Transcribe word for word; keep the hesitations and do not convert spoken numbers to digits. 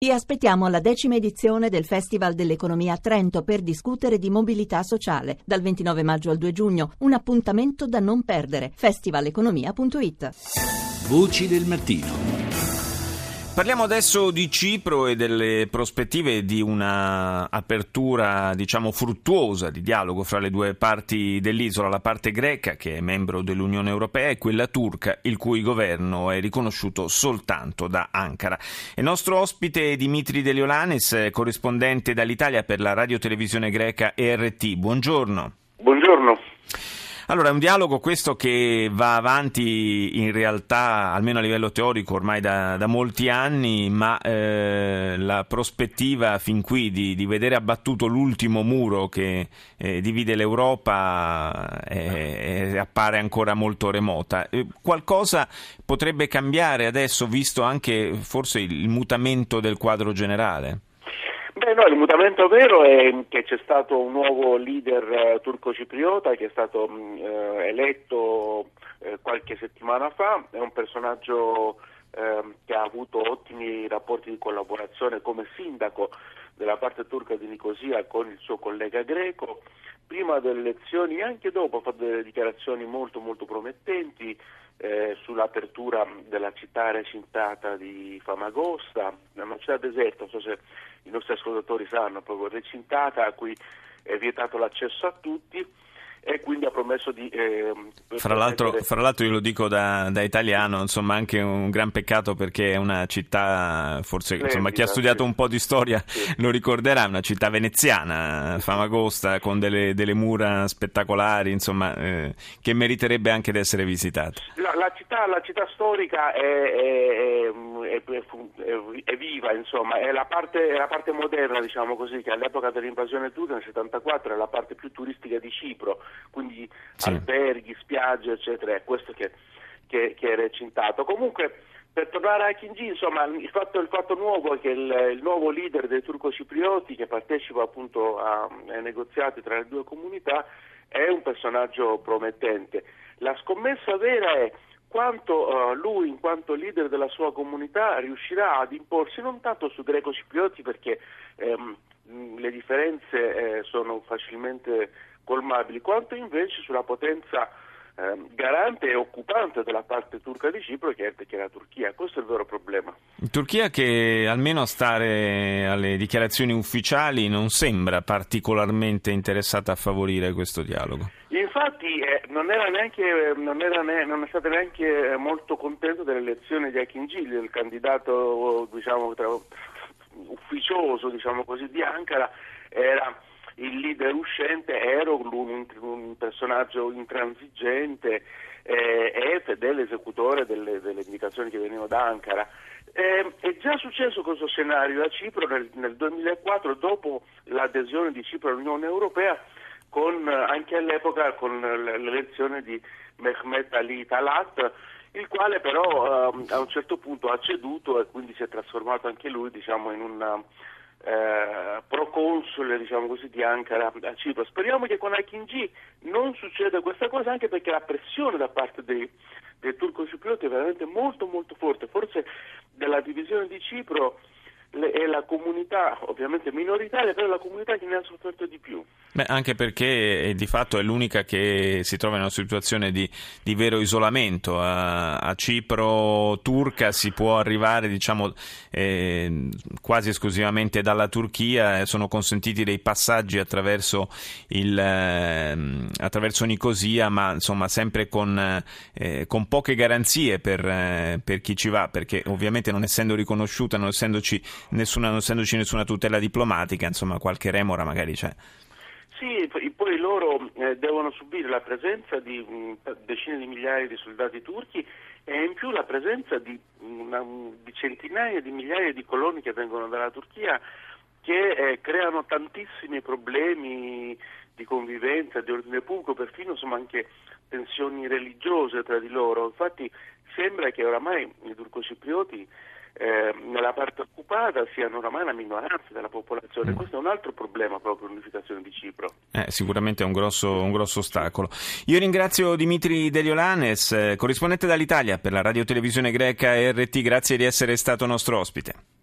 Vi aspettiamo alla decima edizione del Festival dell'Economia a Trento per discutere di mobilità sociale. Dal ventinove maggio al due giugno, un appuntamento da non perdere. festivaleconomia punto it. Voci del mattino. Parliamo adesso di Cipro e delle prospettive di una apertura, diciamo, fruttuosa di dialogo fra le due parti dell'isola, la parte greca, che è membro dell'Unione Europea, e quella turca, il cui governo è riconosciuto soltanto da Ankara. Il nostro ospite è Dimitri Deliolannis, corrispondente dall'Italia per la radiotelevisione greca E R T. Buongiorno. Buongiorno. Allora, è un dialogo questo che va avanti in realtà, almeno a livello teorico, ormai da, da molti anni, ma eh, la prospettiva fin qui di, di vedere abbattuto l'ultimo muro che eh, divide l'Europa eh, eh, appare ancora molto remota. Eh, qualcosa potrebbe cambiare adesso, visto anche forse il mutamento del quadro generale? Beh no, il mutamento vero è che c'è stato un nuovo leader uh, turco-cipriota che è stato uh, eletto uh, qualche settimana fa, è un personaggio uh, che ha avuto ottimi rapporti di collaborazione come sindaco della parte turca di Nicosia con il suo collega greco. Prima delle elezioni e anche dopo ha fatto delle dichiarazioni molto molto promettenti eh, sull'apertura della città recintata di Famagosta, una città deserta, non so se i nostri ascoltatori sanno, proprio recintata, a cui è vietato l'accesso a tutti, e quindi ha promesso di... Eh, fra, l'altro, mettere... fra l'altro io lo dico da, da italiano, insomma anche un gran peccato, perché è una città, forse Splendida, insomma chi ha studiato sì. un po' di storia sì. lo ricorderà, una città veneziana, Famagosta, con delle, delle mura spettacolari, insomma eh, che meriterebbe anche di essere visitata. La, la, città, la città storica è, è, è, è, è viva, insomma, è la, parte, è la parte moderna, diciamo così, che all'epoca dell'invasione turca nel settantaquattro è la parte più turistica di Cipro, quindi sì. alberghi, spiagge, eccetera, è questo che, che, che è recintato. Comunque, per tornare a Akinci, insomma, il fatto, il fatto nuovo è che il, il nuovo leader dei turco-ciprioti, che partecipa appunto a, ai negoziati tra le due comunità, è un personaggio promettente. La scommessa vera è quanto uh, lui, in quanto leader della sua comunità, riuscirà ad imporsi non tanto su greco-ciprioti, perché ehm, le differenze eh, sono facilmente colmabili, quanto invece sulla potenza eh, garante e occupante della parte turca di Cipro, che è, che è la Turchia. Questo è il vero problema. Turchia che, almeno a stare alle dichiarazioni ufficiali, non sembra particolarmente interessata a favorire questo dialogo. Infatti eh, non era neanche non, era ne, non è stato neanche molto contento dell'elezione di Akinci, il candidato, diciamo, tra, ufficioso, diciamo così, di Ankara. Era il leader uscente, Eroglu, un, un personaggio intransigente eh, e fedele esecutore delle, delle indicazioni che venivano da Ankara. Eh, è già successo questo scenario a Cipro nel, nel duemilaquattro, dopo l'adesione di Cipro all'Unione Europea, con anche all'epoca con l'elezione di Mehmet Ali Talat, il quale però eh, a un certo punto ha ceduto e quindi si è trasformato anche lui, diciamo, in un eh, proconsole, diciamo così, di Ankara a Cipro. Speriamo che con Akinci non succeda questa cosa, anche perché la pressione da parte dei, dei turco-ciprioti è veramente molto molto forte. Forse della divisione di Cipro è la comunità, ovviamente minoritaria, però è la comunità che ne ha sofferto di più. Beh, anche perché eh, di fatto è l'unica che si trova in una situazione di, di vero isolamento. A, a Cipro turca si può arrivare, diciamo, eh, quasi esclusivamente dalla Turchia, sono consentiti dei passaggi attraverso, il, eh, attraverso Nicosia, ma insomma sempre con, eh, con poche garanzie per, eh, per chi ci va, perché ovviamente non essendo riconosciuta, non essendoci Nessuna, non essendoci nessuna tutela diplomatica, insomma qualche remora magari c'è. Sì, poi loro eh, devono subire la presenza di mh, decine di migliaia di soldati turchi e in più la presenza di, una, di centinaia di migliaia di coloni che vengono dalla Turchia, che eh, creano tantissimi problemi di convivenza, di ordine pubblico, perfino insomma anche tensioni religiose tra di loro. Infatti sembra che oramai i turco-ciprioti Eh, nella parte occupata siano oramai una minoranza della popolazione. Questo è un altro problema proprio l'unificazione di Cipro. Eh, sicuramente è un grosso, un grosso ostacolo. Io ringrazio Dimitri Deliolannis, corrispondente dall'Italia per la radiotelevisione greca E R T, grazie di essere stato nostro ospite.